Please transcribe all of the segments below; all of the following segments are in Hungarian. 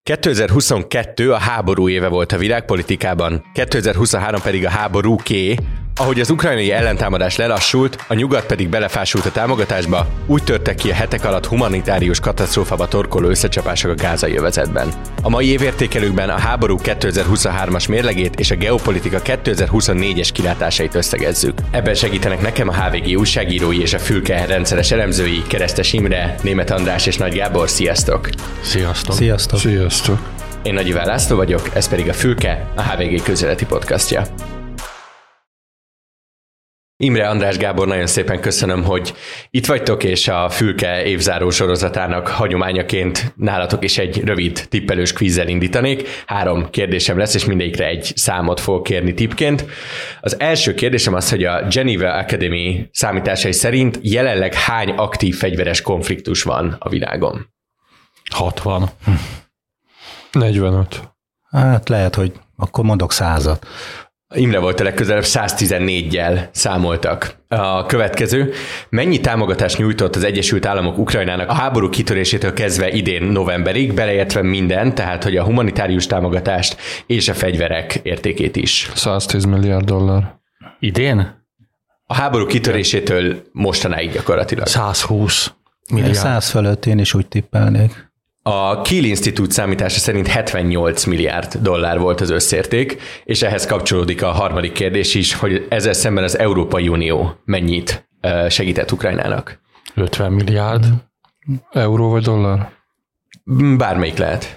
2022 a háború éve volt a világpolitikában, 2023 pedig a háborúké. Ahogy az ukrajnai ellentámadás lelassult, a nyugat pedig belefásult a támogatásba, úgy törtek ki a hetek alatt humanitárius katasztrófába torkoló összecsapások a gázai övezetben. A mai évértékelőkben a háború 2023-as mérlegét és a geopolitika 2024-es kilátásait összegezzük. Ebben segítenek nekem a HVG újságírói és a Fülke rendszeres elemzői, Keresztes Imre, Németh András és Nagy Gábor. Sziasztok! Sziasztok! Sziasztok! Sziasztok! Én Nagy Iván László vagyok, ez pedig a Fülke, a HVG közéleti podcastja. Imre, András, Gábor, nagyon szépen köszönöm, hogy itt vagytok, és a Fülke évzáró sorozatának hagyományaként nálatok is egy rövid tippelős kvízzel indítanék. 3 kérdésem lesz, és mindegyikre egy számot fogok kérni tippként. Az első kérdésem az, hogy a Geneva Academy számításai szerint jelenleg hány aktív fegyveres konfliktus van a világon? 60. 45. Hát lehet, hogy akkor mondok 100-at. Imre volt a legközelebb, 114-jel számoltak. A következő, mennyi támogatást nyújtott az Egyesült Államok Ukrajnának a háború kitörésétől kezdve idén novemberig, beleértve minden, tehát hogy a humanitárius támogatást és a fegyverek értékét is? 110 milliárd dollár. Idén? A háború kitörésétől mostanáig gyakorlatilag. 120 milliárd. 100 fölött én is úgy tippelnék. A Kiel Institute számítása szerint 78 milliárd dollár volt az összérték, és ehhez kapcsolódik a harmadik kérdés is, hogy ezzel szemben az Európai Unió mennyit segített Ukrajnának? 50 milliárd. Euró vagy dollár? Bármelyik lehet.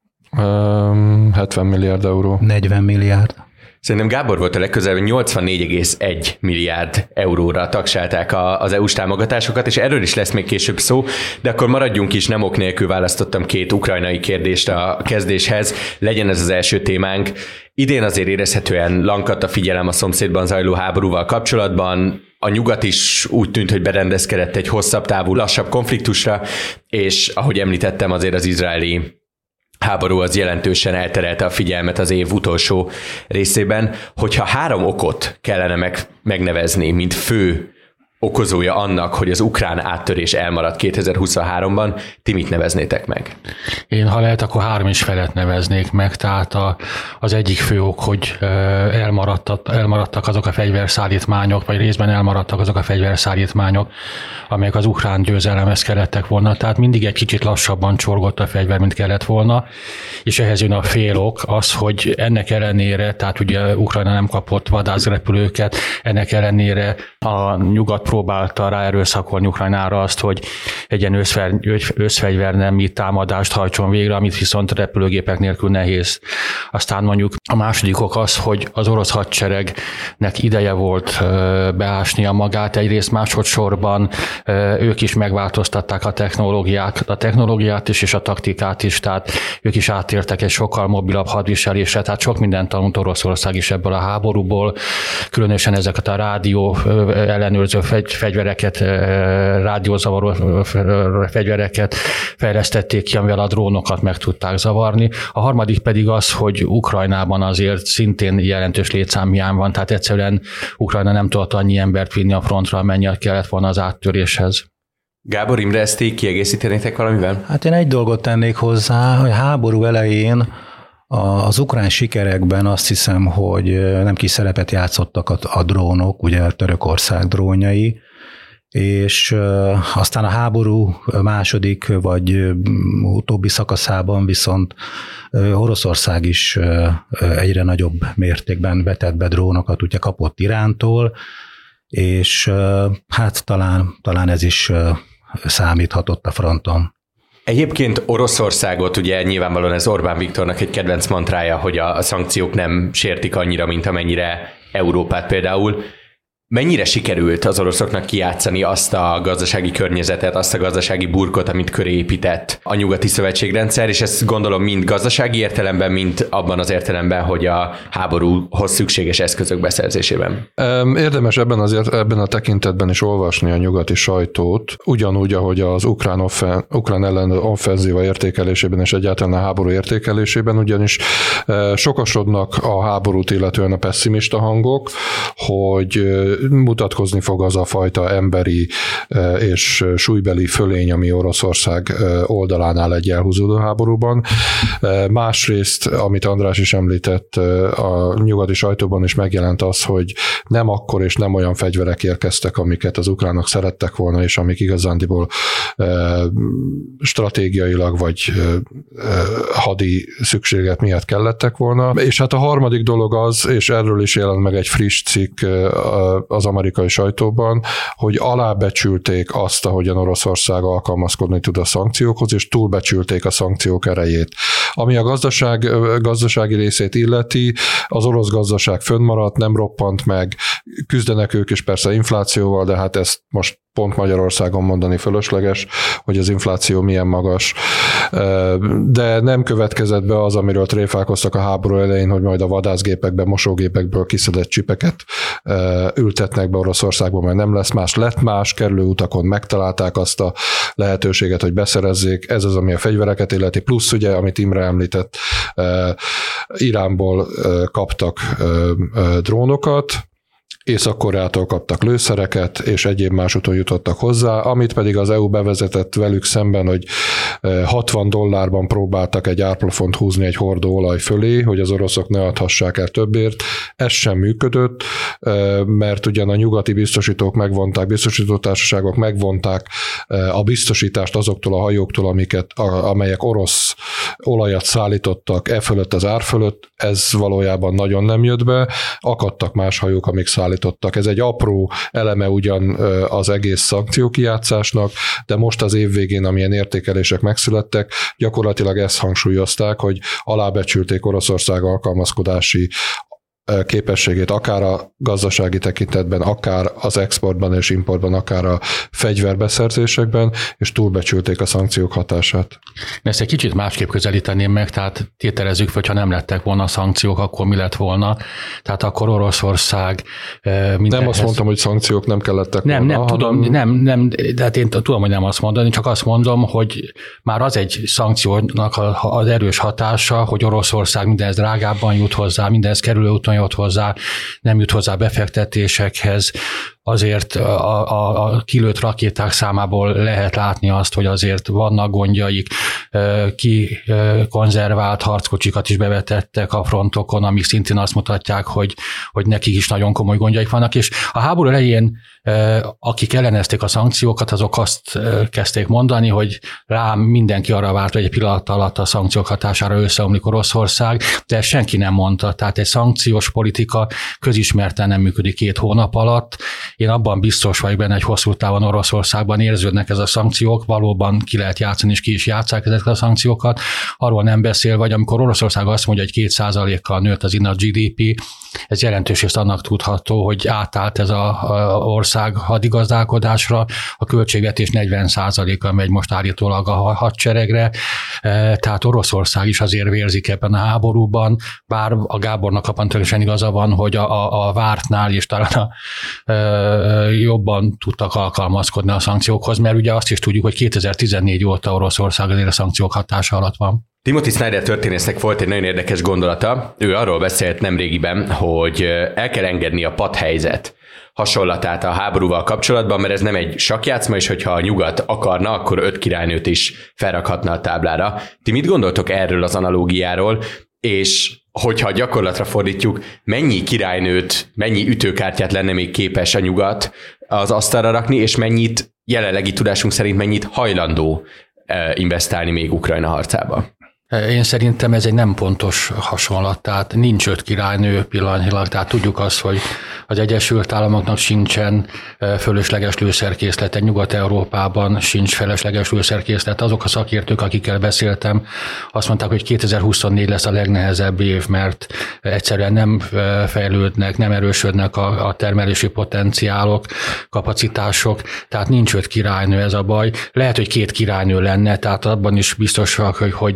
70 milliárd euró. 40 milliárd. Szerintem Gábor volt a legközelebb, 84,1 milliárd euróra tagsálták az EU-s támogatásokat, és erről is lesz még később szó, de akkor maradjunk is, nem ok nélkül választottam 2 ukrajnai kérdést a kezdéshez, legyen ez az első témánk. Idén azért érezhetően lankadt a figyelem a szomszédban zajló háborúval kapcsolatban, a nyugat is úgy tűnt, hogy berendezkedett egy hosszabb távú, lassabb konfliktusra, és ahogy említettem, azért az izraeli háború az jelentősen elterelte a figyelmet az év utolsó részében. Hogyha 3 okot kellene megnevezni, mint fő okozója annak, hogy az ukrán áttörés elmaradt 2023-ban, ti mit neveznétek meg? Én, ha lehet, akkor 3 is felett neveznék meg, tehát az egyik fő ok, hogy elmaradtak azok a fegyverszállítmányok, vagy részben elmaradtak azok a fegyverszállítmányok, amelyek az ukrán győzelemhez kellettek volna, tehát mindig egy kicsit lassabban csorgott a fegyver, mint kellett volna, és ehhez jön a fél ok az, hogy ennek ellenére, tehát ugye Ukrajna nem kapott vadászrepülőket, ennek ellenére a nyugat próbálta ráerőszakolni Ukrajnára azt, hogy egy ilyen összfegyvernemi támadást hajtson végre, amit viszont repülőgépek nélkül nehéz. Aztán mondjuk a második ok az, hogy az orosz hadseregnek ideje volt beásnia magát, egyrészt másodszorban ők is megváltoztatták a technológiát is, és a taktikát is, tehát ők is átértek egy sokkal mobilabb hadviselésre, tehát sok mindent tanult Oroszország is ebből a háborúból, különösen ezeket a rádió ellenőrző fegyvereket, rádiózavaró fegyvereket fejlesztették ki, amivel a drónokat meg tudták zavarni. A harmadik pedig az, hogy Ukrajnában azért szintén jelentős létszámhiány van, tehát egyszerűen Ukrajna nem tudott annyi embert vinni a frontra, amennyi kellett volna az áttöréshez. Gábor, Imre, ezt így kiegészítenétek valamivel? Hát én egy dolgot tennék hozzá, hogy a háború elején az ukrán sikerekben azt hiszem, hogy nem kis szerepet játszottak a drónok, ugye a Törökország drónjai, és aztán a háború második vagy utóbbi szakaszában viszont Oroszország is egyre nagyobb mértékben vetett be drónokat, ugye kapott Irántól, és hát talán ez is számíthatott a fronton. Egyébként Oroszországot, ugye nyilvánvalóan ez Orbán Viktornak egy kedvenc mantrája, hogy a szankciók nem sértik annyira, mint amennyire Európát például. Mennyire sikerült az oroszoknak kijátszani azt a gazdasági környezetet, azt a gazdasági burkot, amit köré épített a nyugati szövetségrendszer, és ezt gondolom mind gazdasági értelemben, mind abban az értelemben, hogy a háborúhoz szükséges eszközök beszerzésében. Érdemes ebben a tekintetben is olvasni a nyugati sajtót, ugyanúgy, ahogy az ukrán ellen offenzíva értékelésében és egyáltalán a háború értékelésében, ugyanis sokasodnak a háborút illetően a pesszimista hangok, hogy mutatkozni fog az a fajta emberi és súlybeli fölény, ami Oroszország oldalán áll egy elhúzódó háborúban. Másrészt, amit András is említett, a nyugati sajtóban is megjelent az, hogy nem akkor és nem olyan fegyverek érkeztek, amiket az ukránok szerettek volna, és amik igazándiból stratégiailag vagy hadi szükséglet miatt kellettek volna. És hát a harmadik dolog az, és erről is jelent meg egy friss cikk az amerikai sajtóban, hogy alábecsülték azt, ahogyan Oroszország alkalmazkodni tud a szankciókhoz, és túlbecsülték a szankciók erejét. Ami a gazdasági részét illeti, az orosz gazdaság fönnmaradt, nem roppant meg, küzdenek ők is persze inflációval, de hát ezt most pont Magyarországon mondani fölösleges, hogy az infláció milyen magas. De nem következett be az, amiről tréfálkoztak a háború elején, hogy majd a vadászgépekben, mosógépekből kiszedett csipeket ültetnek be Oroszországba, mert nem lesz más. Lett más, kerülőutakon megtalálták azt a lehetőséget, hogy beszerezzék. Ez az, ami a fegyvereket illeti. Plusz ugye, amit Imre említett, Iránból kaptak drónokat, Észak-Koreától kaptak lőszereket, és egyéb más úton jutottak hozzá, amit pedig az EU bevezetett velük szemben, hogy $60 próbáltak egy árplafont húzni egy hordó olaj fölé, hogy az oroszok ne adhassák el többért. Ez sem működött, mert ugyan a nyugati biztosítók megvonták, biztosítótársaságok megvonták a biztosítást azoktól a hajóktól, amelyek orosz olajat szállítottak fölött az ár fölött, ez valójában nagyon nem jött be, akadtak más hajók, amik szállítottak. Ez egy apró eleme ugyan az egész szankciókijátszásnak, de most az év végén, amilyen értékelések megszülettek, gyakorlatilag ezt hangsúlyozták, hogy alábecsülték Oroszország alkalmazkodási képességét, akár a gazdasági tekintetben, akár az exportban és importban, akár a fegyverbeszerzésekben, és túlbecsülték a szankciók hatását. Ezt egy kicsit másképp közelíteném meg, tehát tételezzük, hogyha nem lettek volna szankciók, akkor mi lett volna? Tehát akkor Oroszország mindenhez... Nem azt mondtam, hogy szankciók nem kellettek volna. Nem, tudom, nem, de hát én tudom, hogy nem azt mondani, csak azt mondom, hogy már az egy szankciónak az erős hatása, hogy Oroszország mindenhez drágábban jut hozzá, mindenhez kerülő úton jut hozzá, nem jut hozzá befektetésekhez, azért a kilőtt rakéták számából lehet látni azt, hogy azért vannak gondjaik, konzervált harckocsikat is bevetettek a frontokon, amik szintén azt mutatják, hogy nekik is nagyon komoly gondjaik vannak, és a háború elején akik ellenezték a szankciókat, azok azt kezdték mondani, hogy rám mindenki arra várt, hogy egy pillanat alatt a szankciók hatására összeomlik Oroszország, de ezt senki nem mondta. Tehát egy szankciós politika közismerten nem működik 2 hónap alatt. Én abban biztos vagyok benne, hogy hosszú távon Oroszországban érződnek ez a szankciók, valóban ki lehet játszani, és ki is játsszák ezeket a szankciókat. Arról nem beszél, vagy amikor Oroszország azt mondja, hogy 2%-kal nőtt az innen a GDP, ez jelentős részt annak tudható, hogy átállt ez az ország hadigazdálkodásra, a költségvetés 40%-a megy most állítólag a hadseregre, tehát Oroszország is azért vérzik ebben a háborúban, bár a Gábornak abban teljesen igaza van, hogy a vártnál is talán jobban tudtak alkalmazkodni a szankciókhoz, mert ugye azt is tudjuk, hogy 2014 óta Oroszország azért a szankciók hatása alatt van. Timothy Snyder történésznek volt egy nagyon érdekes gondolata. Ő arról beszélt nemrégiben, hogy el kell engedni a padhelyzet hasonlatát a háborúval kapcsolatban, mert ez nem egy sakkjátszma, és hogyha a nyugat akarna, akkor 5 királynőt is felrakhatna a táblára. Ti mit gondoltok erről az analógiáról, és hogyha gyakorlatra fordítjuk, mennyi királynőt, mennyi ütőkártyát lenne még képes a nyugat az asztalra rakni, és mennyit, jelenlegi tudásunk szerint mennyit hajlandó investálni még Ukrajna harcába? Én szerintem ez egy nem pontos hasonlat, tehát nincs 5 királynő pillanatnyilag, tehát tudjuk azt, hogy az Egyesült Államoknak sincsen fölösleges lőszerkészlete, Nyugat-Európában sincs felesleges lőszerkészlet. Azok a szakértők, akikkel beszéltem, azt mondták, hogy 2024 lesz a legnehezebb év, mert egyszerűen nem fejlődnek, nem erősödnek a termelési potenciálok, kapacitások, tehát nincs 5 királynő, ez a baj. Lehet, hogy 2 királynő lenne, tehát abban is biztos vagyok, hogy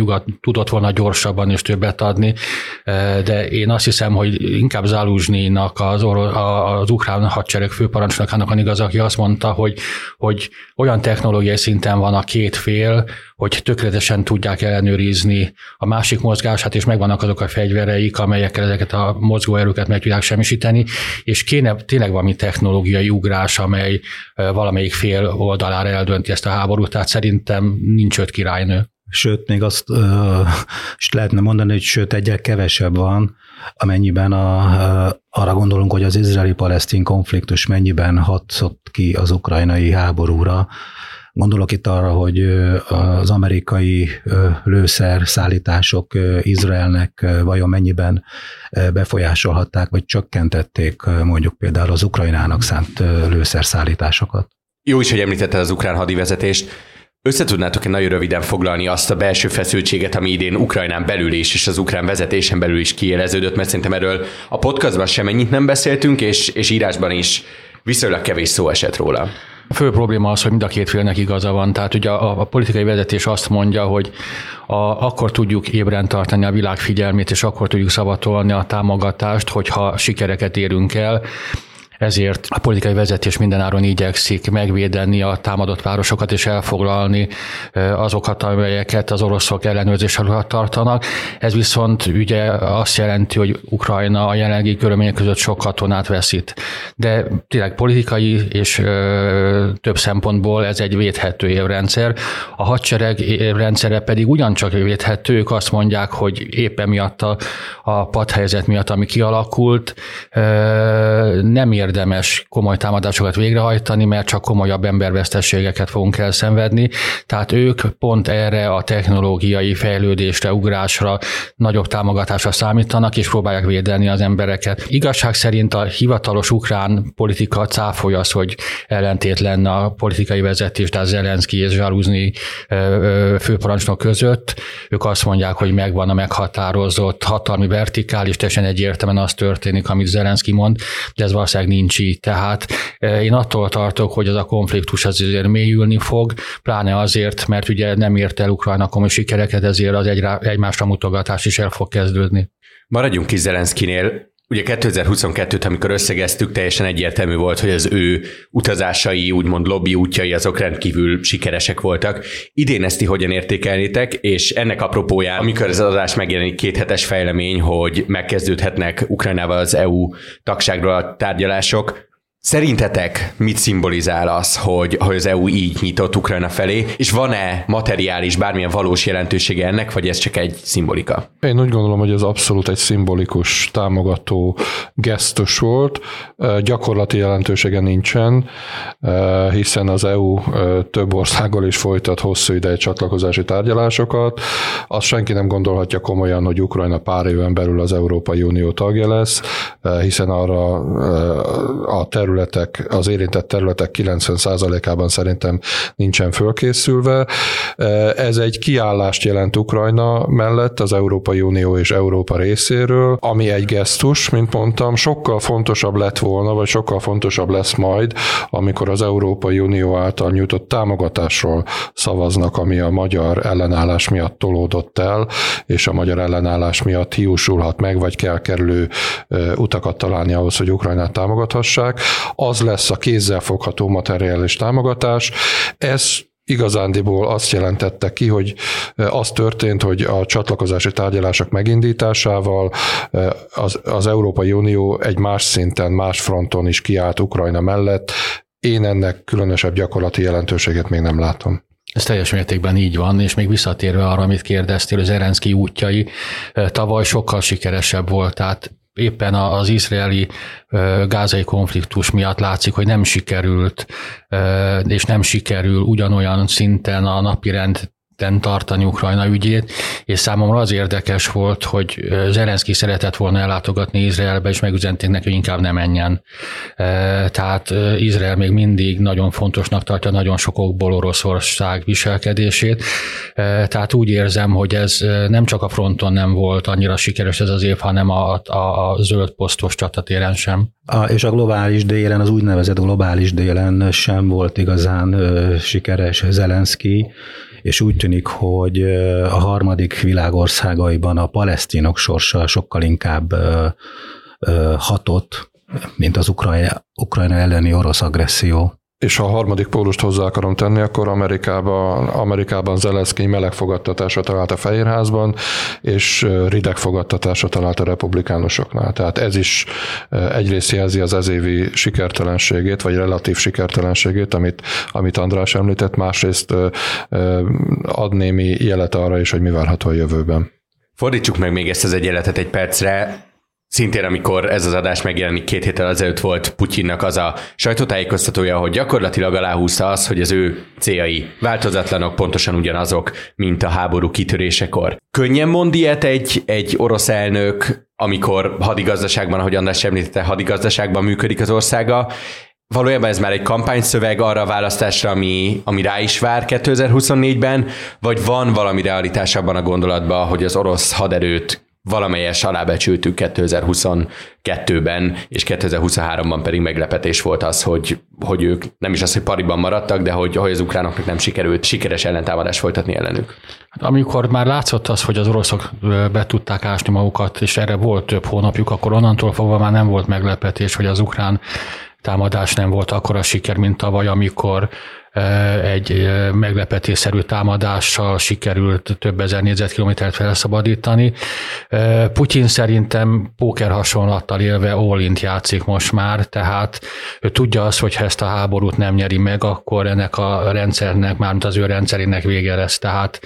nyugat tudott volna gyorsabban és többet adni, de én azt hiszem, hogy inkább Zaluzsnyijnak, az ukrán hadsereg főparancsnokának van igaz, aki azt mondta, hogy olyan technológiai szinten van a két fél, hogy tökéletesen tudják ellenőrizni a másik mozgását, és megvannak azok a fegyvereik, amelyekkel ezeket a mozgóerőket meg tudják semmisíteni, és kéne tényleg valami technológiai ugrás, amely valamelyik fél oldalára eldönti ezt a háborút, tehát szerintem nincs 5 királynő. Sőt, még azt is lehetne mondani, hogy egyel kevesebb van, amennyiben arra gondolunk, hogy az izraeli-palesztin konfliktus mennyiben hatott ki az ukrajnai háborúra. Gondolok itt arra, hogy az amerikai lőszerszállítások Izraelnek vajon mennyiben befolyásolhatták, vagy csökkentették mondjuk például az Ukrajnának szánt lőszerszállításokat. Jó is, hogy említetted az ukrán hadivezetést. Összetudnátok-e nagyon röviden foglalni azt a belső feszültséget, ami idén Ukrajnán belül is, és az ukrán vezetésen belül is kiéleződött, mert szerintem erről a podcastban semennyit nem beszéltünk, és írásban is viszonylag kevés szó esett róla. A fő probléma az, hogy mind a két félnek igaza van. Tehát ugye a politikai vezetés azt mondja, hogy akkor tudjuk ébren tartani a világ figyelmét, és akkor tudjuk szavatolni a támogatást, hogyha sikereket érünk el. Ezért a politikai vezetés mindenáron igyekszik megvédeni a támadott városokat és elfoglalni azokat, amelyeket az oroszok ellenőrzés alatt tartanak. Ez viszont ugye azt jelenti, hogy Ukrajna a jelenlegi körülmények között sok katonát veszít. De tényleg politikai és több szempontból ez egy védhető évrendszer. A hadsereg évrendszere pedig ugyancsak védhető. Ők azt mondják, hogy éppen miatt a padhelyzet miatt, ami kialakult, nem érdemes komoly támadásokat végrehajtani, mert csak komolyabb emberveszteségeket fogunk elszenvedni. Tehát ők pont erre a technológiai fejlődésre, ugrásra, nagyobb támogatásra számítanak, és próbálják védeni az embereket. Igazság szerint a hivatalos ukrán politika cáfolja az, hogy ellentét lenne a politikai vezetés, tehát Zelenszkij és Zaluzsnyij főparancsnok között. Ők azt mondják, hogy megvan a meghatározott hatalmi vertikális, teljesen egyértelműen az történik, amit Zelenszkij mond, de ez valószínűleg nincs így. Tehát én attól tartok, hogy ez a konfliktus azért mélyülni fog, pláne azért, mert ugye nem ért el Ukrajna komoly sikereket, ezért az egymásra mutogatás is el fog kezdődni. Maradjunk ki Zelenszkijnél. Ugye 2022-t, amikor összegeztük, teljesen egyértelmű volt, hogy az ő utazásai, úgymond lobby útjai, azok rendkívül sikeresek voltak. Idén ezt ti hogyan értékelnétek, és ennek apropóján, amikor az adás megjelenik, 2 hetes fejlemény, hogy megkezdődhetnek Ukrajnával az EU tagságról a tárgyalások, szerintetek mit szimbolizál az, hogy az EU így nyitott Ukrajna felé, és van-e materiális, bármilyen valós jelentősége ennek, vagy ez csak egy szimbolika? Én úgy gondolom, hogy ez abszolút egy szimbolikus, támogató gesztus volt. Gyakorlati jelentősége nincsen, hiszen az EU több országgal is folytat hosszú ideig csatlakozási tárgyalásokat. Azt senki nem gondolhatja komolyan, hogy Ukrajna pár éven belül az Európai Unió tagja lesz, hiszen arra a az érintett területek 90%-ában szerintem nincsen fölkészülve. Ez egy kiállást jelent Ukrajna mellett az Európai Unió és Európa részéről, ami egy gesztus, mint mondtam, sokkal fontosabb lett volna, vagy sokkal fontosabb lesz majd, amikor az Európai Unió által nyújtott támogatásról szavaznak, ami a magyar ellenállás miatt tolódott el, és a magyar ellenállás miatt hiúsulhat meg, vagy kell kerülő utakat találni ahhoz, hogy Ukrajnát támogathassák. Az lesz a kézzelfogható materiális támogatás. Ez igazándiból azt jelentette ki, hogy az történt, hogy a csatlakozási tárgyalások megindításával az Európai Unió egy más szinten, más fronton is kiállt Ukrajna mellett. Én ennek különösebb gyakorlati jelentőséget még nem látom. Ez teljes mértékben így van, és még visszatérve arra, amit kérdeztél, az Zelenszkij útjai tavaly sokkal sikeresebb volt, tehát éppen az izraeli gázai konfliktus miatt látszik, hogy nem sikerült, és nem sikerül ugyanolyan szinten a napirenden tartani Ukrajna ügyét, és számomra az érdekes volt, hogy Zelenszkij szeretett volna ellátogatni Izraelbe, és megüzenték neki, hogy inkább ne menjen. Tehát Izrael még mindig nagyon fontosnak tartja nagyon sok okból Oroszország viselkedését. Tehát úgy érzem, hogy ez nem csak a fronton nem volt annyira sikeres ez az év, hanem a zöld posztos csatatéren sem. És a globális délen, az úgynevezett globális délen sem volt igazán sikeres Zelenszkij, és úgy tűnik, hogy a harmadik világ országaiban a palesztinok sorsa sokkal inkább hatott, mint az Ukrajna elleni orosz agresszió. És ha a harmadik pólust hozzá akarom tenni, akkor Amerikában Zelenszkij meleg fogadtatásra talált a Fehérházban, és rideg fogadtatásra talált a republikánusoknál. Tehát ez is egyrészt jelzi az ezévi sikertelenségét, vagy relatív sikertelenségét, amit András említett, másrészt ad némi jelet arra is, hogy mi várható a jövőben. Fordítsuk meg még ezt az egyenletet egy percre. Szintén, amikor ez az adás megjelenik, 2 héttel azelőtt volt Putyinnak az a sajtótájékoztatója, hogy gyakorlatilag aláhúzta azt, hogy az ő céljai változatlanok, pontosan ugyanazok, mint a háború kitörésekor. Könnyen mond ilyet egy orosz elnök, amikor hadigazdaságban, ahogy András említette, hadigazdaságban működik az országa. Valójában ez már egy kampányszöveg arra a választásra, ami rá is vár 2024-ben, vagy van valami realitás abban a gondolatban, hogy az orosz haderőt valamelyes alábecsültük 2022-ben, és 2023-ban pedig meglepetés volt az, hogy ők nem is az, hogy pariban maradtak, de hogy az ukránoknak nem sikerült sikeres ellentámadást folytatni ellenük. Amikor már látszott az, hogy az oroszok be tudták ásni magukat, és erre volt több hónapjuk, akkor onnantól fogva már nem volt meglepetés, hogy az ukrán támadás nem volt akkora siker, mint tavaly, amikor egy meglepetésszerű támadással sikerült több ezer négyzetkilométert felszabadítani. Putyin szerintem póker hasonlattal élve all-int játszik most már, tehát ő tudja azt, hogy ha ezt a háborút nem nyeri meg, akkor ennek a rendszernek, mármint az ő rendszerének vége lesz. Tehát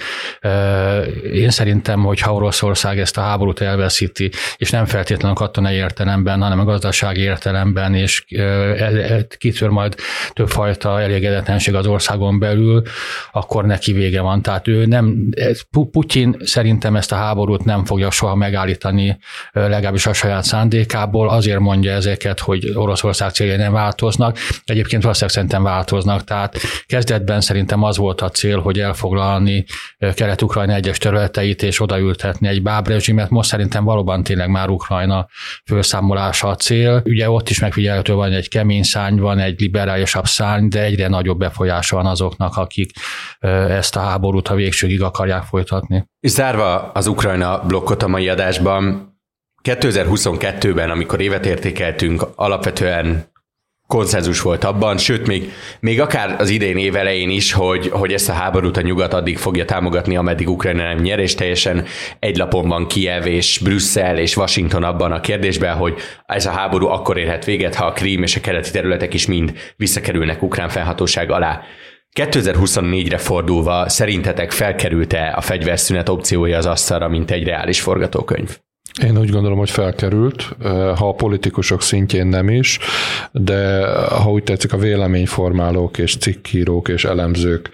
én szerintem, hogy ha Oroszország ezt a háborút elveszíti, és nem feltétlenül katonai értelemben, hanem a gazdasági értelemben, és kitör majd többfajta elégedetlenség az országon belül, akkor neki vége van. Tehát ő nem, Putyin szerintem ezt a háborút nem fogja soha megállítani, legalábbis a saját szándékából, azért mondja ezeket, hogy Oroszország céljai nem változnak. Egyébként valószínűleg szerintem változnak, tehát kezdetben szerintem az volt a cél, hogy elfoglalni Kelet-Ukrajna egyes területeit, és odaültetni egy bábrezsimet. Most szerintem valóban tényleg már Ukrajna felszámolása a cél. Ugye ott is megfigyelhető, van egy kemény szárny, van egy liberálisabb szárny, de egyre nagyobb befolyása van azoknak, akik ezt a háborút a végsőkig akarják folytatni. És zárva az Ukrajna blokkot a mai adásban, 2022-ben, amikor évet értékeltünk, alapvetően konszenzus volt abban, sőt, még akár az idén év elején is, hogy ezt a háborút a nyugat addig fogja támogatni, ameddig Ukrajna nem nyer, és teljesen egy lapon van Kijev és Brüsszel és Washington abban a kérdésben, hogy ez a háború akkor érhet véget, ha a Krím és a keleti területek is mind visszakerülnek ukrán fennhatóság alá. 2024-re fordulva szerintetek felkerült-e a fegyverszünet opciója az asztalra, mint egy reális forgatókönyv? Én úgy gondolom, hogy felkerült, ha a politikusok szintjén nem is, de ha úgy tetszik, a véleményformálók és cikkírók és elemzők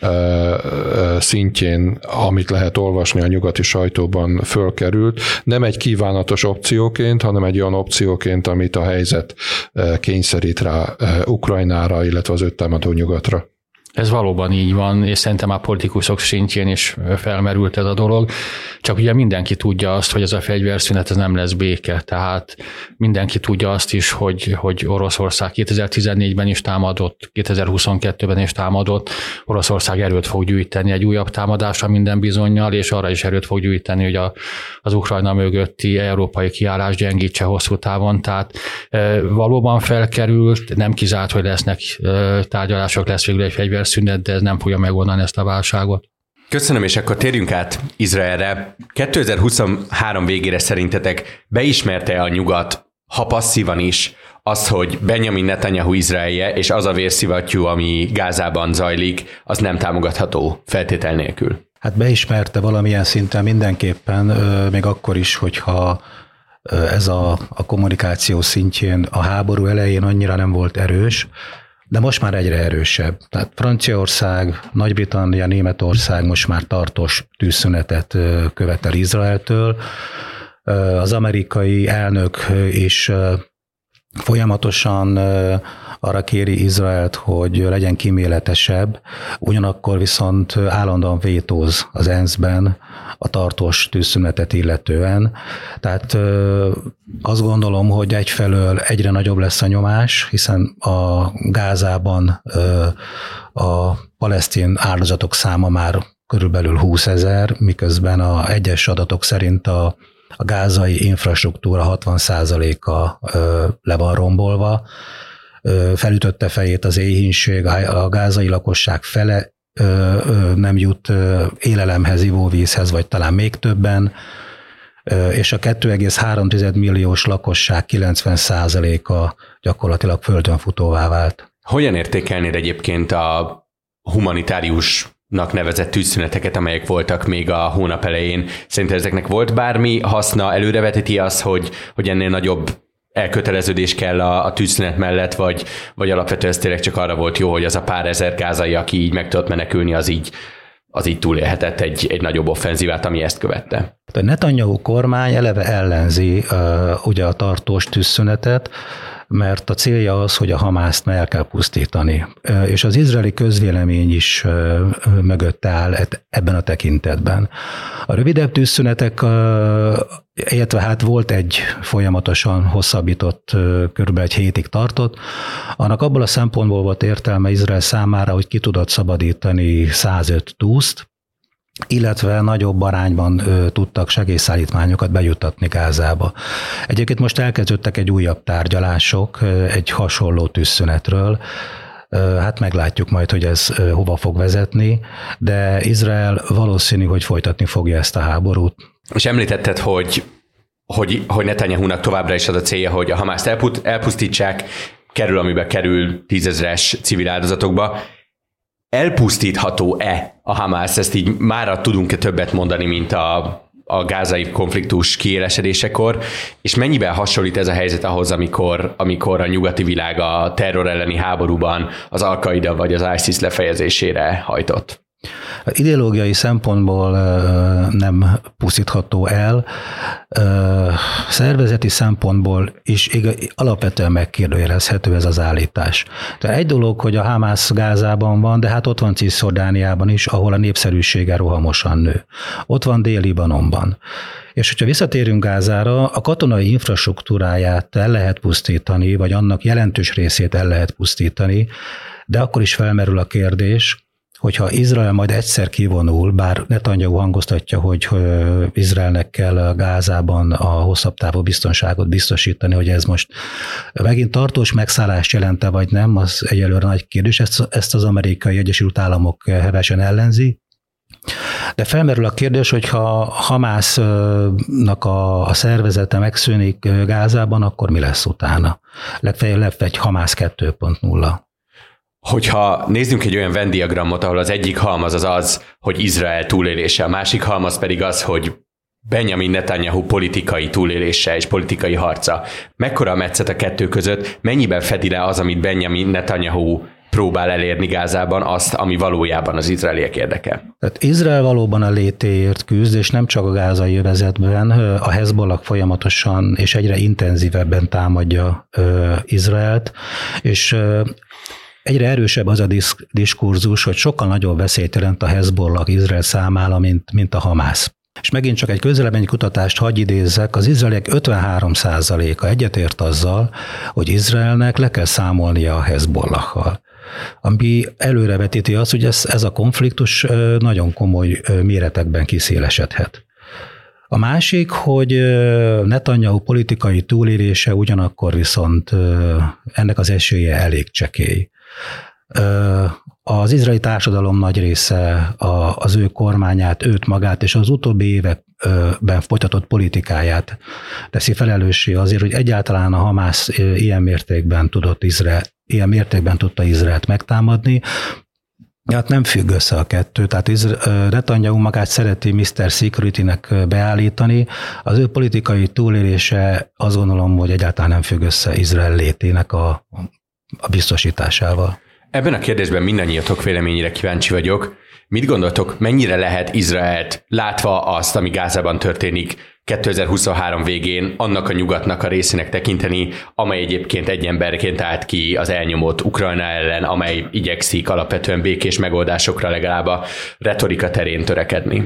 szintjén, amit lehet olvasni a nyugati sajtóban, fölkerült. Nem egy kívánatos opcióként, hanem egy olyan opcióként, amit a helyzet kényszerít rá Ukrajnára, illetve az támadó nyugatra. Ez valóban így van, és szerintem a politikusok szintjén is felmerült ez a dolog. Csak ugye mindenki tudja azt, hogy ez a fegyverszünet ez nem lesz béke. Tehát mindenki tudja azt is, hogy Oroszország 2014-ben is támadott, 2022-ben is támadott. Oroszország erőt fog gyűjteni egy újabb támadásra minden bizonnyal, és arra is erőt fog gyűjteni, hogy az Ukrajna mögötti európai kiállás gyengítse hosszú távon. Tehát valóban felkerült, nem kizárt, hogy lesznek tárgyalások, lesz végül egy fegyverszünet, de ez nem fogja megoldani ezt a válságot. Köszönöm, és akkor térjünk át Izraelre. 2023 végére szerintetek beismerte a nyugat, ha passzívan is, azt, hogy Benjamin Netanyahu Izraelje és az a vérszivattyú, ami Gázában zajlik, az nem támogatható feltétel nélkül? Hát beismerte valamilyen szinten mindenképpen, még akkor is, hogyha ez a kommunikáció szintjén a háború elején annyira nem volt erős, de most már egyre erősebb. Tehát Franciaország, Nagy-Britannia, Németország most már tartós tűzszünetet követel Izraeltől. Az amerikai elnök is folyamatosan arra kéri Izraelt, hogy legyen kíméletesebb, ugyanakkor viszont állandóan vétóz az ENSZ-ben a tartós tűzszünetet illetően. Tehát azt gondolom, hogy egyfelől egyre nagyobb lesz a nyomás, hiszen a Gázában a palesztin áldozatok száma már körülbelül 20 000, miközben a egyes adatok szerint a gázai infrastruktúra 60%-a le van rombolva, felütötte fejét az éhínség, a gázai lakosság fele nem jut élelemhez, ivóvízhez, vagy talán még többen, és a 2,3 milliós lakosság 90%-a gyakorlatilag földönfutóvá vált. Hogyan értékelnéd egyébként a humanitáriusnak nevezett tűzszüneteket, amelyek voltak még a hónap elején? Szerinted ezeknek volt bármi haszna? Előrevetíti az, hogy ennél nagyobb elköteleződés kell a tűzszünet mellett, vagy alapvetően ez tényleg csak arra volt jó, hogy az a pár ezer gázai, aki így meg tudott menekülni, az így túlélhetett egy nagyobb offenzívát, ami ezt követte? A Netanyahu kormány eleve ellenzi ugye a tartós tűzszünetet, mert a célja az, hogy a Hamászt el kell pusztítani. És az izraeli közvélemény is mögötte áll ebben a tekintetben. A rövidebb tűzszünetek, illetve hát volt egy folyamatosan hosszabbított, körülbelül egy hétig tartott, annak abból a szempontból volt értelme Izrael számára, hogy ki tudott szabadítani 105 túszt, illetve nagyobb arányban tudtak segélyszállítmányokat bejuttatni Gázába. Egyébként most elkezdődtek egy újabb tárgyalások egy hasonló tűzszünetről. Hát meglátjuk majd, hogy ez hova fog vezetni, de Izrael valószínű, hogy folytatni fogja ezt a háborút. És említetted, hogy Netanyahunak továbbra is az a célja, hogy a Hamászt elpusztítsák, kerül, amiben kerül 10 000-es civil áldozatokba. Elpusztítható-e a Hamász? Ezt így mára tudunk-e többet mondani, mint a gázai konfliktus kiélesedésekor, és mennyiben hasonlít ez a helyzet ahhoz, amikor a nyugati világ a terror elleni háborúban az Al-Qaida vagy az ISIS lefejezésére hajtott? Ideológiai szempontból nem pusztítható el, szervezeti szempontból is alapvetően megkérdőjelezhető ez az állítás. Tehát egy dolog, hogy a Hamász Gázában van, de hát ott van Ciszjordániában is, ahol a népszerűsége rohamosan nő. Ott van Dél-Libanonban. És hogyha visszatérünk Gázára, a katonai infrastruktúráját el lehet pusztítani, vagy annak jelentős részét el lehet pusztítani, de akkor is felmerül a kérdés, hogyha Izrael majd egyszer kivonul, bár Netanyahu hangoztatja, hogy Izraelnek kell a Gázában a hosszabb távú biztonságot biztosítani, hogy ez most megint tartós megszállást jelente, vagy nem, az egyelőre nagy kérdés. Ezt az Amerikai Egyesült Államok hevesen ellenzi. De felmerül a kérdés, hogyha Hamásznak a szervezete megszűnik Gázában, akkor mi lesz utána? Legfeljebb egy Hamász 2.0. Hogyha nézzünk egy olyan Venn diagramot, ahol az egyik halmaz az, hogy Izrael túlélése, a másik halmaz pedig az, hogy Benjamin Netanyahu politikai túlélése és politikai harca. Mekkora a metszet a kettő között, mennyiben fedi le az, amit Benjamin Netanyahu próbál elérni Gázában, azt, ami valójában az izraeliek érdeke? Tehát Izrael valóban a létéért küzd, és nem csak a gázai övezetben, a Hezbollah folyamatosan és egyre intenzívebben támadja Izraelt, és egyre erősebb az a diskurzus, hogy sokkal nagyobb veszélyt jelent a Hezbollah Izrael számára, mint a Hamász. És megint csak egy közvélemény kutatást hadd idézzek, az izraeliek 53%-a egyetért azzal, hogy Izraelnek le kell számolnia a Hezbollahhal. Ami előrevetíti azt, hogy ez a konfliktus nagyon komoly méretekben kiszélesedhet. A másik, hogy Netanyahu politikai túlélése ugyanakkor viszont ennek az esélye elég csekély. Az izraeli társadalom nagy része az ő kormányát, őt magát és az utóbbi években folytatott politikáját teszi felelőssé azért, hogy egyáltalán a Hamász ilyen mértékben tudta Izraelt megtámadni. Hát nem függ össze a kettő, tehát Netanyahu magát szereti Mr. Security-nek beállítani, az ő politikai túlélése azt gondolom, hogy egyáltalán nem függ össze Izrael létének a biztosításával. Ebben a kérdésben mindannyiatok véleményére kíváncsi vagyok. Mit gondoltok, mennyire lehet Izraelt látva azt, ami Gázában történik 2023 végén, annak a nyugatnak a részének tekinteni, amely egyébként egy emberként állt ki az elnyomott Ukrajna ellen, amely igyekszik alapvetően békés megoldásokra legalább a retorika terén törekedni?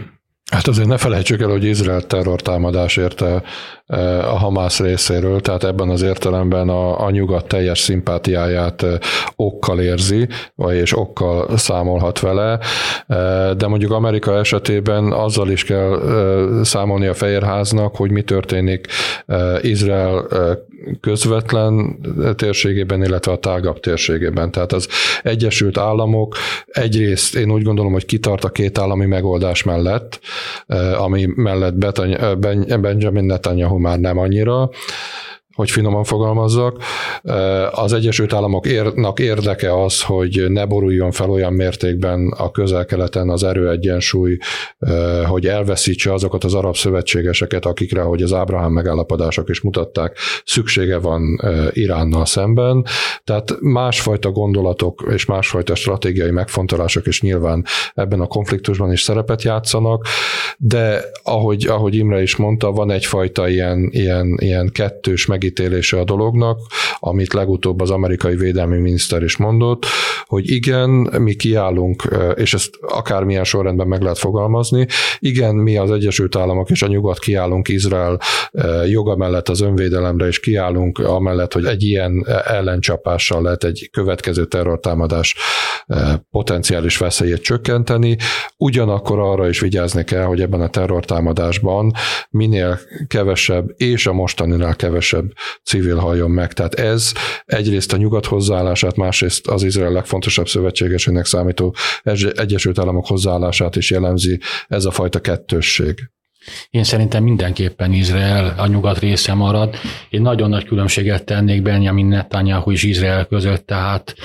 Hát azért ne felejtsük el, hogy Izrael terrortámadás érte a Hamász részéről, tehát ebben az értelemben a nyugat teljes szimpátiáját okkal érzi, és okkal számolhat vele, de mondjuk Amerika esetében azzal is kell számolni a Fehérháznak, hogy mi történik Izrael közvetlen térségében, illetve a tágabb térségében. Tehát az Egyesült Államok egyrészt én úgy gondolom, hogy kitart a két állami megoldás mellett, ami mellett Benjamin Netanyahu már nem annyira, hogy finoman fogalmazzak. Az Egyesült Államoknak érdeke az, hogy ne boruljon fel olyan mértékben a Közel-Keleten az erőegyensúly, hogy elveszítse azokat az arab szövetségeseket, akikre, ahogy az Ábrahám megállapodások is mutatták, szüksége van Iránnal szemben. Tehát másfajta gondolatok és másfajta stratégiai megfontolások is nyilván ebben a konfliktusban is szerepet játszanak, de ahogy Imre is mondta, van egyfajta ilyen kettős megítélése a dolognak, amit legutóbb az amerikai védelmi miniszter is mondott, hogy igen, mi kiállunk, és ezt akármilyen sorrendben meg lehet fogalmazni, igen, mi az Egyesült Államok és a nyugat kiállunk Izrael joga mellett az önvédelemre, és kiállunk amellett, hogy egy ilyen ellencsapással lehet egy következő terrortámadás potenciális veszélyét csökkenteni, ugyanakkor arra is vigyázni kell, hogy ebben a terrortámadásban minél kevesebb és a mostaninál kevesebb civil halljon meg. Tehát ez egyrészt a nyugat hozzáállását, másrészt az Izrael legfontosabb szövetségesének számító Egyesült Államok hozzáállását is jellemzi ez a fajta kettősség. Én szerintem mindenképpen Izrael a nyugat része marad. Én nagyon nagy különbséget tennék Benjamin Netanyahu és Izrael között, tehát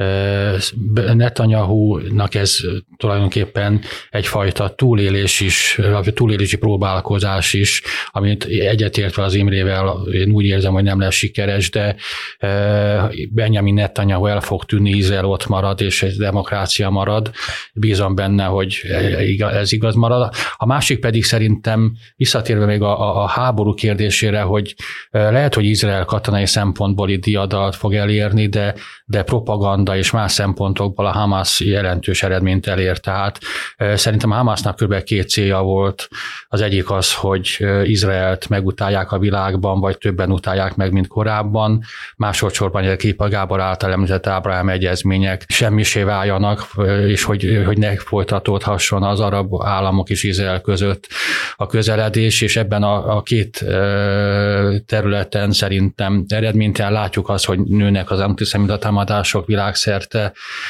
Netanyahu-nak ez tulajdonképpen egyfajta túlélési próbálkozás is, amit egyetértve az Imrével én úgy érzem, hogy nem lesz sikeres, de Benjamin Netanyahu el fog tűnni, Izrael ott marad, és egy demokrácia marad. Bízom benne, hogy ez igaz marad. A másik pedig szerintem visszatérve még a háború kérdésére, hogy lehet, hogy Izrael katonai szempontból itt diadalt fog elérni, de propaganda és más szempontokból a Hamász jelentős eredményt elér. Tehát szerintem a Hamásznak kb. 2 célja volt. Az egyik az, hogy Izraelt megutálják a világban, vagy többen utálják meg, mint korábban. Másodszorban a Gábor által említett Ábrahám egyezmények semmisé váljanak, és hogy ne folytatódhasson az arab államok és Izrael között a közeledés, és ebben a két területen szerintem eredménytelen látjuk azt, hogy nőnek az antiszemita támadások világszerte,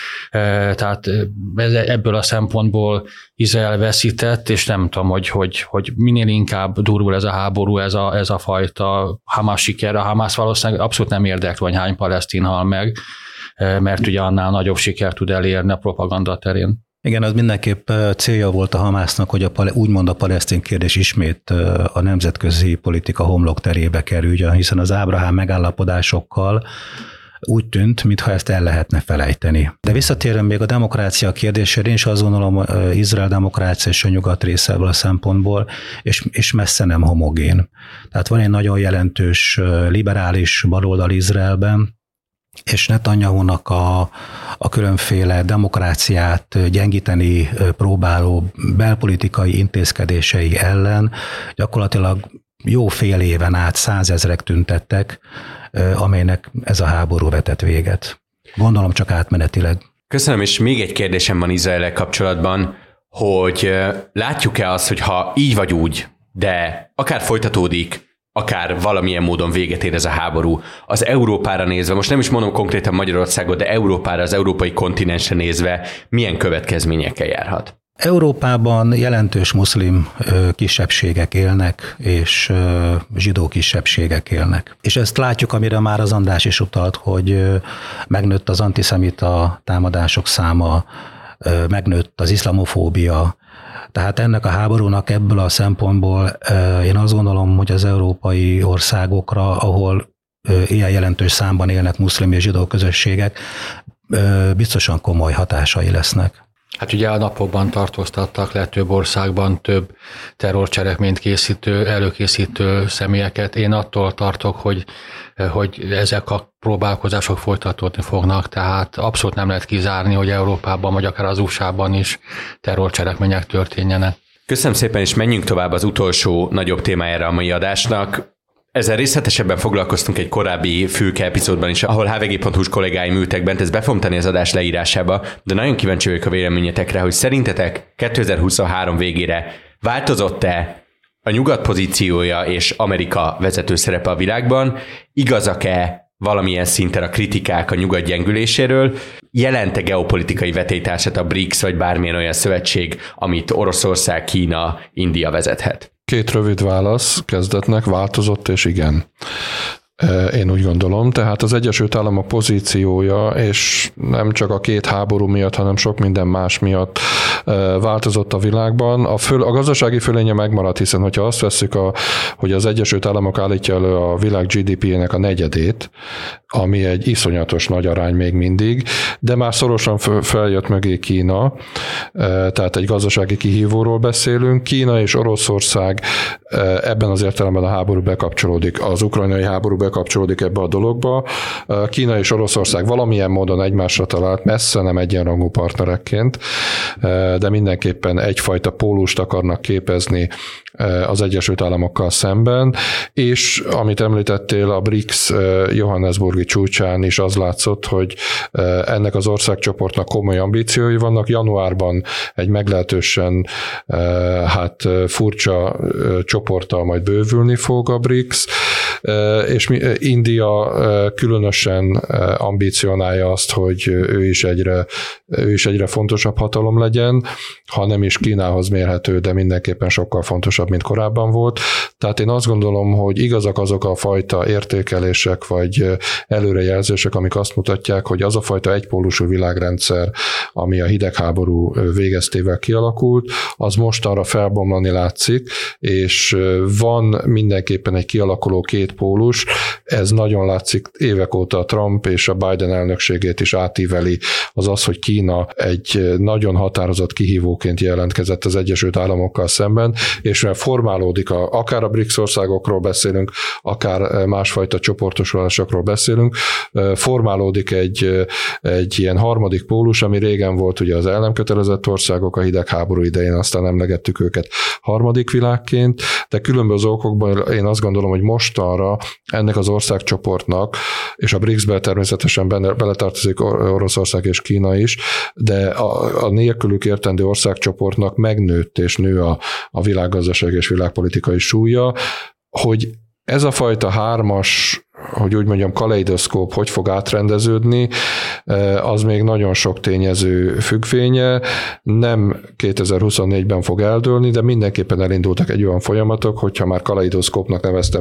tehát ebből a szempontból Izrael veszített, és nem tudom, hogy minél inkább durul ez a háború, ez a fajta Hamász siker. A Hamász valószínűleg abszolút nem érdekli, hogy hány palesztin hal meg, mert ugye annál nagyobb sikert tud elérni a propaganda terén. Igen, az mindenképp célja volt a Hamásznak, hogy úgymond a palesztin kérdés ismét a nemzetközi politika homlokterébe kerüljön, hiszen az Ábrahám megállapodásokkal úgy tűnt, mintha ezt el lehetne felejteni. De visszatérem még a demokrácia kérdésére, én is azt gondolom, Izrael demokrácia és a nyugat részéből a szempontból, és messze nem homogén. Tehát van egy nagyon jelentős liberális baloldal Izraelben, és Netanyahu-nak a különféle demokráciát gyengíteni próbáló belpolitikai intézkedései ellen gyakorlatilag jó fél éven át 100 000 tüntettek, amelynek ez a háború vetett véget. Gondolom csak átmenetileg. Köszönöm, és még egy kérdésem van Izraellel kapcsolatban, hogy látjuk-e azt, hogy ha így vagy úgy, de akár folytatódik, akár valamilyen módon véget ér ez a háború, az Európára nézve, most nem is mondom konkrétan Magyarországot, de Európára, az európai kontinensre nézve milyen következményekkel járhat? Európában jelentős muszlim kisebbségek élnek, és zsidó kisebbségek élnek. És ezt látjuk, amire már az András is utalt, hogy megnőtt az antiszemita támadások száma, megnőtt az iszlamofóbia. Tehát ennek a háborúnak ebből a szempontból én azt gondolom, hogy az európai országokra, ahol ilyen jelentős számban élnek muszlim és zsidó közösségek, biztosan komoly hatásai lesznek. Hát ugye a napokban tartóztattak le több országban több terrorcselekményt előkészítő személyeket. Én attól tartok, hogy ezek a próbálkozások folytatódni fognak, tehát abszolút nem lehet kizárni, hogy Európában, vagy akár az USA-ban is terrorcselekmények történjenek. Köszönöm szépen, és menjünk tovább az utolsó nagyobb témájára a mai adásnak. Ezzel részletesebben foglalkoztunk egy korábbi Fülke epizódban is, ahol hvg.hu-s kollégáim ültek bent, ezt be fogom tenni az adás leírásába, de nagyon kíváncsi vagyok a véleményetekre, hogy szerintetek 2023 végére változott-e a nyugat pozíciója és Amerika vezető szerepe a világban, igazak-e valamilyen szinten a kritikák a nyugat gyengüléséről, jelent-e geopolitikai vetélytársat a BRICS vagy bármilyen olyan szövetség, amit Oroszország, Kína, India vezethet? 2 rövid válasz kezdetnek, változott és igen. Én úgy gondolom, tehát az Egyesült Államok pozíciója, és nem csak a 2 háború miatt, hanem sok minden más miatt változott a világban. A gazdasági fölénye megmaradt, hiszen hogyha azt vesszük, hogy az Egyesült Államok állítja elő a világ GDP-nek a 1/4, ami egy iszonyatos nagy arány még mindig, de már szorosan feljött mögé Kína, tehát egy gazdasági kihívóról beszélünk. Kína és Oroszország ebben az értelemben a háború bekapcsolódik, az ukrajnai háború bekapcsolódik ebbe a dologba. Kína és Oroszország valamilyen módon egymásra talált, messze nem egyenrangú partnerekként, de mindenképpen egyfajta pólust akarnak képezni az Egyesült Államokkal szemben, és amit említettél, a BRICS Johannesburgi csúcsán is az látszott, hogy ennek az országcsoportnak komoly ambíciói vannak. Januárban egy meglehetősen furcsa csoporttal majd bővülni fog a BRICS, és India különösen ambicionálja azt, hogy ő is egyre fontosabb hatalom legyen, ha nem is Kínához mérhető, de mindenképpen sokkal fontosabb, mint korábban volt. Tehát én azt gondolom, hogy igazak azok a fajta értékelések vagy előrejelzések, amik azt mutatják, hogy az a fajta egypólusú világrendszer, ami a hidegháború végeztével kialakult, az mostanra felbomlani látszik, és van mindenképpen egy kialakuló 2 pólus, ez nagyon látszik évek óta a Trump és a Biden elnökségét is átíveli, az, hogy Kína egy nagyon határozott kihívóként jelentkezett az Egyesült Államokkal szemben, és mert formálódik, akár a BRICS országokról beszélünk, akár másfajta csoportosulásokról beszélünk, formálódik egy ilyen harmadik pólus, ami régen volt ugye az el nem kötelezett országok a hidegháború idején, aztán emlegettük őket harmadik világként, de különböző okokban én azt gondolom, hogy mostanra ennek az országcsoportnak, és a BRICS-be természetesen beletartozik Oroszország és Kína is, de a nélkülük értendő országcsoportnak megnőtt és nő a világgazdaság és világpolitikai súlya, hogy ez a fajta 3-as, hogy úgy mondjam, kaleidoszkóp hogy fog átrendeződni, az még nagyon sok tényező függvénye, nem 2024-ben fog eldőlni, de mindenképpen elindultak egy olyan folyamatok, hogyha már kaleidoszkópnak neveztem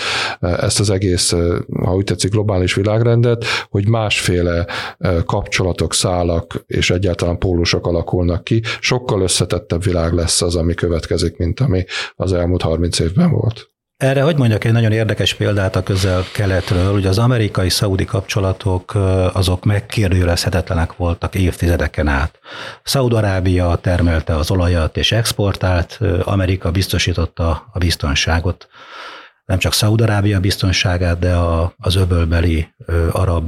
ezt az egész, ha úgy tetszik, globális világrendet, hogy másféle kapcsolatok, szálak és egyáltalán pólusok alakulnak ki. Sokkal összetettebb világ lesz az, ami következik, mint ami az elmúlt 30 évben volt. Erre hogy mondjak egy nagyon érdekes példát a közel-keletről, ugye az amerikai-szaudi kapcsolatok azok megkérdőjelezhetetlenek voltak évtizedeken át. Szaúd-Arábia termelte az olajat és exportált, Amerika biztosította a biztonságot. Nem csak Szaúd-Arábia biztonságát, de az öbölbeli arab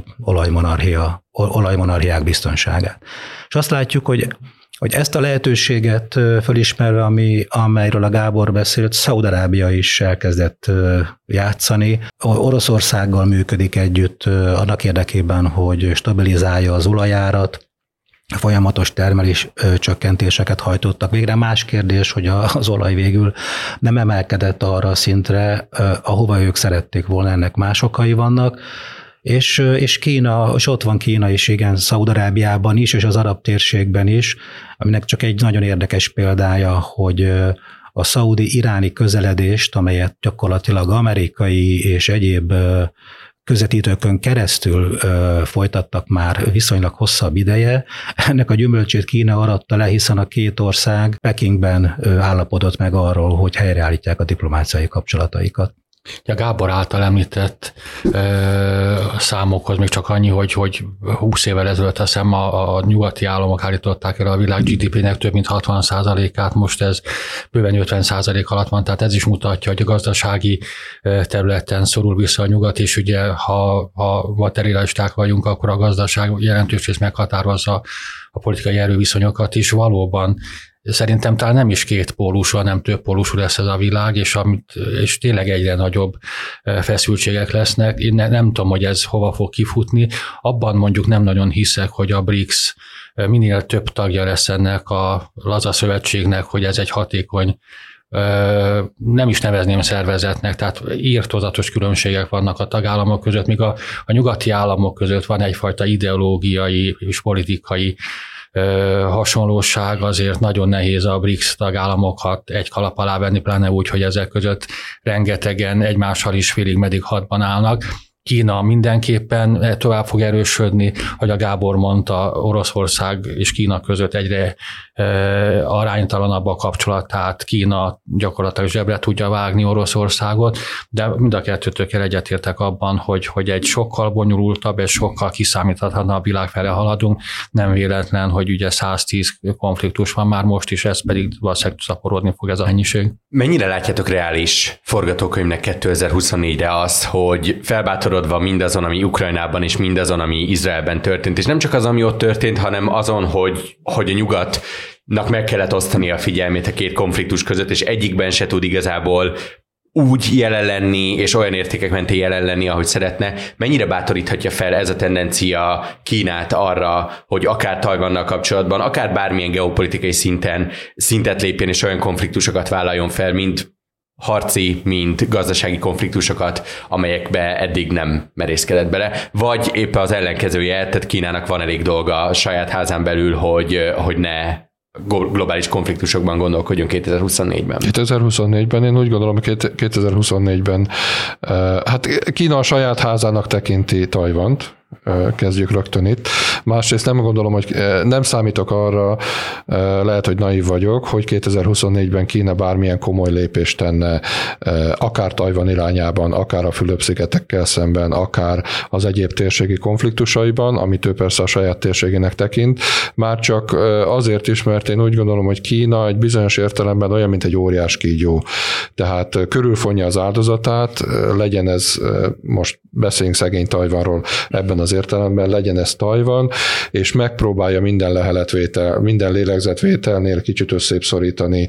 olajmonarchiák biztonságát. És azt látjuk, hogy ezt a lehetőséget fölismerve, amelyről a Gábor beszélt, Szaúd-Arábia is elkezdett játszani. Oroszországgal működik együtt annak érdekében, hogy stabilizálja az olajárat, folyamatos termelés csökkentéseket hajtottak végre. Más kérdés, hogy az olaj végül nem emelkedett arra a szintre, ahova ők szerették volna, ennek más okai vannak. És Kína, és ott van Kína is, igen, Szaúd-Arábiában is, és az arab térségben is, aminek csak egy nagyon érdekes példája, hogy a szaudi-iráni közeledést, amelyet gyakorlatilag amerikai és egyéb közvetítőkön keresztül folytattak már viszonylag hosszabb ideje. Ennek a gyümölcsét Kína aratta le, hiszen a 2 ország Pekingben állapodott meg arról, hogy helyreállítják a diplomáciai kapcsolataikat. A Gábor által említett számokhoz még csak annyi, hogy 20 évvel ezelőtt azt hiszem a nyugati államok állították el a világ GDP-nek több mint 60%-át, most ez bőven 50% alatt van, tehát ez is mutatja, hogy a gazdasági területen szorul vissza a nyugat, és ugye ha materialisták vagyunk, akkor a gazdaság jelentős rész meghatározza a politikai erőviszonyokat is. Valóban szerintem talán nem is kétpólusú, hanem többpólusú lesz ez a világ, és tényleg egyre nagyobb feszültségek lesznek. Én nem tudom, hogy ez hova fog kifutni. Abban mondjuk nem nagyon hiszek, hogy a BRICS minél több tagja lesz ennek a laza szövetségnek, hogy ez egy hatékony, nem is nevezném szervezetnek, tehát irtózatos különbségek vannak a tagállamok között, míg a nyugati államok között van egyfajta ideológiai és politikai hasonlóság, azért nagyon nehéz a BRICS tagállamokat egy kalap alá venni, pláne úgy, hogy ezek között rengetegen egymással is félig meddig hadban állnak. Kína mindenképpen tovább fog erősödni, hogy a Gábor mondta, Oroszország és Kína között egyre aránytalanabb a kapcsolat, tehát Kína gyakorlatilag zsebre tudja vágni Oroszországot, de mind a kettőtökkel egyetértek abban, hogy egy sokkal bonyolultabb és sokkal kiszámíthatatlanabb világ fele haladunk. Nem véletlen, hogy ugye 110 konfliktus van már most is, ez pedig valószínűleg szaporodni fog ez a mennyiség. Mennyire látjátok reális forgatókönyvnek 2024-re azt, hogy felbátorodva mindazon, ami Ukrajnában és mindazon, ami Izraelben történt, és nem csak az, ami ott történt, hanem azon, hogy a nyugatnak meg kellett osztani a figyelmét a két konfliktus között, és egyikben se tud igazából úgy jelen lenni, és olyan értékek mentén jelen lenni, ahogy szeretne. Mennyire bátoríthatja fel ez a tendencia Kínát arra, hogy akár Tajvannal kapcsolatban, akár bármilyen geopolitikai szintet lépjen, és olyan konfliktusokat vállaljon fel, mint harci, mint gazdasági konfliktusokat, amelyekbe eddig nem merészkedett bele, vagy éppen az ellenkezője, tehát Kínának van elég dolga a saját házán belül, hogy ne globális konfliktusokban gondolkodjon 2024-ben. 2024-ben én úgy gondolom, hogy 2024-ben hát Kína a saját házának tekinti Tajvant, kezdjük rögtön itt. Másrészt nem gondolom, hogy nem számítok arra, lehet, hogy naív vagyok, hogy 2024-ben Kína bármilyen komoly lépést tenne, akár Tajvan irányában, akár a Fülöp-szigetekkel szemben, akár az egyéb térségi konfliktusaiban, amit ő persze a saját térségének tekint, már csak azért is, mert én úgy gondolom, hogy Kína egy bizonyos értelemben olyan, mint egy óriás kígyó. Tehát körülfonja az áldozatát, legyen ez, most beszéljünk szegény Tajvanról ebben az értelemben, legyen ez Tajvan, és megpróbálja minden lélegzetvételnél kicsit összépszorítani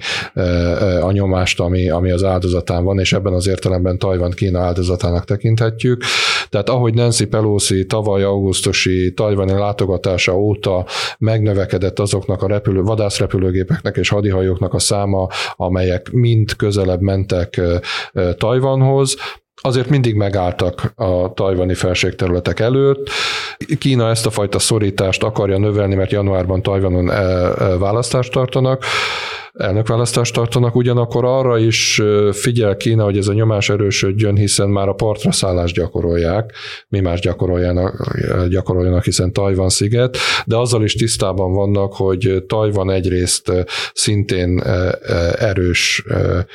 a nyomást, ami az áldozatán van, és ebben az értelemben Tajvan Kína áldozatának tekinthetjük. Tehát ahogy Nancy Pelosi tavaly augusztusi tajvani látogatása óta megnövekedett azoknak a vadászrepülőgépeknek és hadihajóknak a száma, amelyek mind közelebb mentek Tajvanhoz, azért mindig megálltak a tajvani felségterületek előtt. Kína ezt a fajta szorítást akarja növelni, mert januárban Tajvanon elnökválasztást tartanak, ugyanakkor arra is figyel Kína, hogy ez a nyomás erősödjön, hiszen már a partra szállást gyakorolják, mi más gyakoroljanak, hiszen Tajvan sziget, de azzal is tisztában vannak, hogy Tajvan egyrészt szintén erős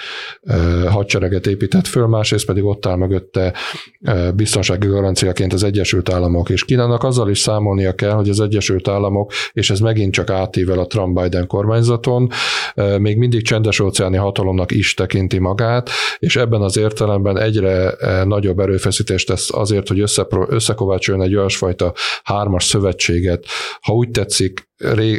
hadsereget épített föl, másrészt pedig ott áll mögötte biztonsági garanciaként az Egyesült Államok, és Kínának azzal is számolnia kell, hogy az Egyesült Államok, és ez megint csak átível a Trump-Biden kormányzaton, még mindig csendes-óceáni hatalomnak is tekinti magát, és ebben az értelemben egyre nagyobb erőfeszítést tesz azért, hogy összekovácsoljon egy olyasfajta hármas szövetséget. Ha úgy tetszik,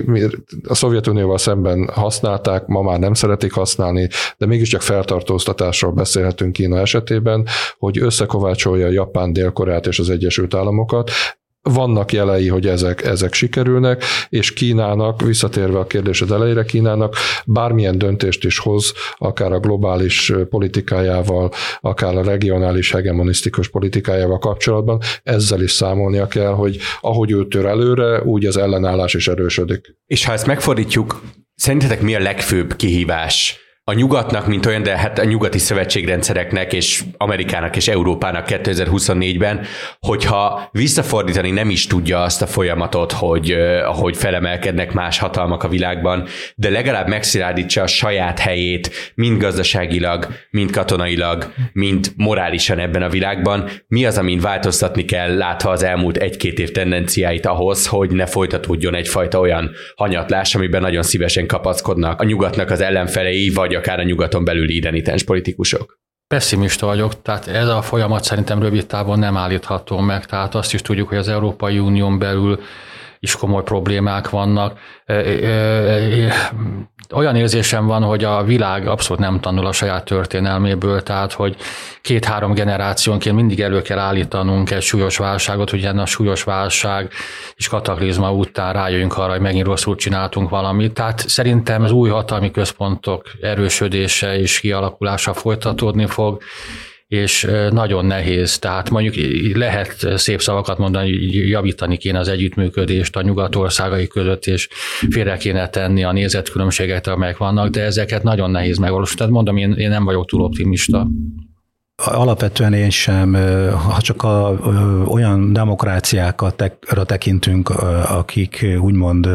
a Szovjetunióval szemben használták, ma már nem szeretik használni, de mégiscsak feltartóztatásról beszélhetünk Kína esetében, hogy összekovácsolja Japán, Dél-Koreát és az Egyesült Államokat. Vannak jelei, hogy ezek sikerülnek, és Kínának, visszatérve a kérdésed elejére, Kínának bármilyen döntést is hoz, akár a globális politikájával, akár a regionális hegemonisztikus politikájával kapcsolatban, ezzel is számolnia kell, hogy ahogy ő tör előre, úgy az ellenállás is erősödik. És ha ezt megfordítjuk, szerintetek mi a legfőbb kihívás a nyugatnak, mint olyan, de hát a nyugati szövetségrendszereknek és Amerikának és Európának 2024-ben, hogyha visszafordítani nem is tudja azt a folyamatot, hogy felemelkednek más hatalmak a világban, de legalább megszilárdítsa a saját helyét, mind gazdaságilag, mind katonailag, mind morálisan ebben a világban. Mi az, amin változtatni kell, látva az elmúlt 1-2 év tendenciáit ahhoz, hogy ne folytatódjon egyfajta olyan hanyatlás, amiben nagyon szívesen kapaszkodnak a nyugatnak az ellenfelei, vagy akár a nyugaton belüli identitens politikusok? Pessimista vagyok, tehát ez a folyamat szerintem rövid távon nem állítható meg, tehát azt is tudjuk, hogy az Európai Unión belül is komoly problémák vannak. Olyan érzésem van, hogy a világ abszolút nem tanul a saját történelméből, tehát hogy 2-3 generációnként mindig elő kell állítanunk egy súlyos válságot, hogy a súlyos válság és kataklizma után rájöjjünk arra, hogy megint rosszul csináltunk valamit. Tehát szerintem az új hatalmi központok erősödése és kialakulása folytatódni fog, és nagyon nehéz. Tehát mondjuk lehet szép szavakat mondani, hogy javítani kéne az együttműködést a nyugat országai között, és félre kéne tenni a nézetkülönbségeket, amelyek vannak, de ezeket nagyon nehéz megvalósítani. Tehát mondom, én nem vagyok túl optimista. Alapvetően én sem, ha csak olyan demokráciákra tekintünk, akik úgymond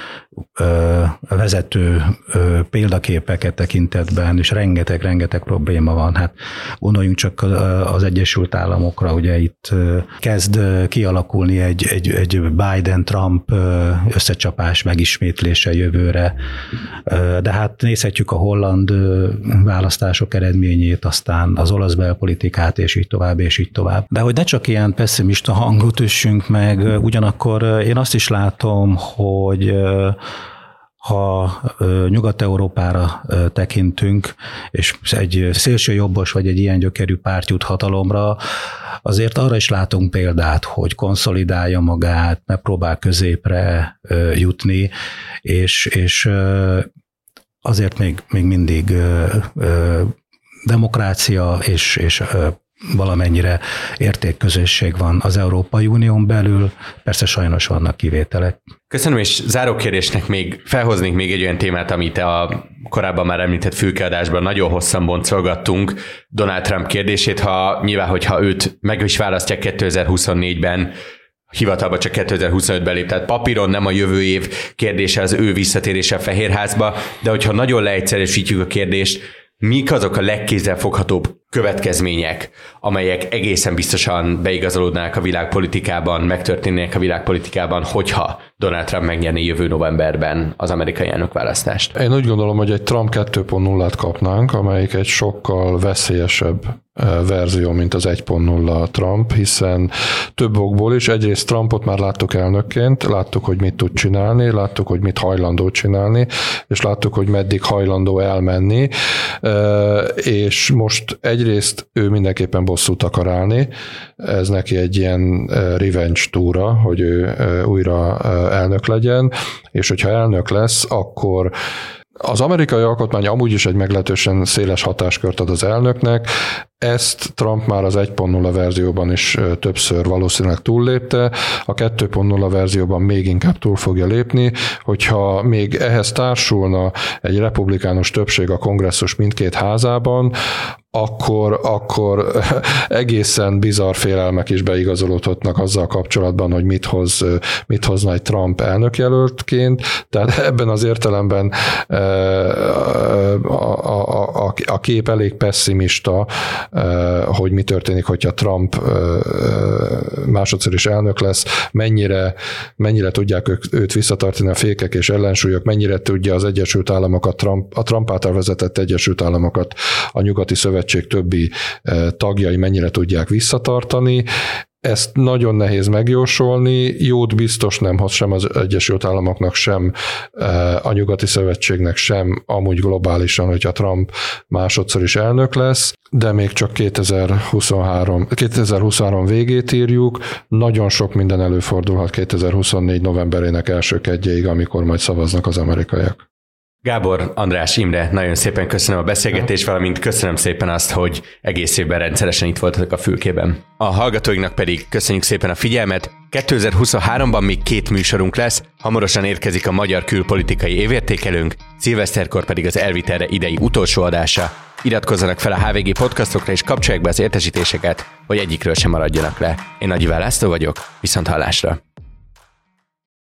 vezető példaképeket tekintetben, és rengeteg probléma van. Hát gondoljunk csak az Egyesült Államokra, ugye itt kezd kialakulni egy Biden-Trump összecsapás megismétlése jövőre, de hát nézhetjük a holland választások eredményét, aztán az olasz belpolitikát, és így tovább, és így tovább. De hogy ne csak ilyen pessimista hangot üssünk meg, ugyanakkor én azt is látom, hogy ha Nyugat-Európára tekintünk, és egy szélsőjobbos vagy egy ilyen gyökerű párt jut hatalomra, azért arra is látunk példát, hogy konszolidálja magát, megpróbál középre jutni, és azért még mindig demokrácia és valamennyire értékközösség van az Európai Unión belül, persze sajnos vannak kivételek. Köszönöm, és zárókérdésnek még felhoznék még egy olyan témát, amit a korábban már említett fülkeadásban nagyon hosszan boncolgattunk, Donald Trump kérdését, hogyha őt meg is választják 2024-ben, hivatalba csak 2025-ben lép, tehát papíron nem a jövő év kérdése az ő visszatérése a Fehérházba, de hogyha nagyon leegyszerűsítjük a kérdést, mik azok a legkézzelfoghatóbb következmények, amelyek egészen biztosan beigazolódnának a világpolitikában, megtörténnének a világpolitikában, hogyha Donald Trump megnyerné jövő novemberben az amerikai elnökválasztást? Én úgy gondolom, hogy egy Trump 2.0-át kapnánk, amelyik egy sokkal veszélyesebb verzió, mint az 1.0 Trump, hiszen több okból is. Egyrészt Trumpot már láttuk elnökként, láttuk, hogy mit tud csinálni, láttuk, hogy mit hajlandó csinálni, és láttuk, hogy meddig hajlandó elmenni, és most egyrészt ő mindenképpen bosszút akar állni, ez neki egy ilyen revenge túra, hogy ő újra elnök legyen, és hogyha elnök lesz, akkor az amerikai alkotmány amúgy is egy meglehetősen széles hatáskört ad az elnöknek, ezt Trump már az 1.0 verzióban is többször valószínűleg túllépte, a 2.0 verzióban még inkább túl fogja lépni, hogyha még ehhez társulna egy republikánus többség a kongresszus mindkét házában, akkor egészen bizarr félelmek is beigazolódhatnak azzal kapcsolatban, hogy mit hozna egy Trump elnökjelöltként. Tehát ebben az értelemben a kép elég pessimista, hogy mi történik, hogyha Trump másodszor is elnök lesz, mennyire tudják őt visszatartani a fékek és ellensúlyok, mennyire tudja az Egyesült Államokat, a Trump által vezetett Egyesült Államokat a nyugati szövetség többi tagjai mennyire tudják visszatartani. Ezt nagyon nehéz megjósolni, jót biztos nem hoz sem az Egyesült Államoknak, sem a nyugati szövetségnek, sem amúgy globálisan, hogyha Trump másodszor is elnök lesz, de még csak 2023 végét írjuk, nagyon sok minden előfordulhat 2024 novemberének első kedjéig, amikor majd szavaznak az amerikaiak. Gábor, András, Imre, nagyon szépen köszönöm a beszélgetést, valamint köszönöm szépen azt, hogy egész évben rendszeresen itt voltatok a Fülkében. A hallgatóinknak pedig köszönjük szépen a figyelmet. 2023-ban még 2 műsorunk lesz, hamarosan érkezik a magyar külpolitikai évértékelőnk, szilveszterkor pedig az Elvitelre idei utolsó adása. Iratkozzanak fel a HVG podcastokra és kapcsolják be az értesítéseket, hogy egyikről sem maradjanak le. Én Nagy Iván László vagyok, viszont hallásra!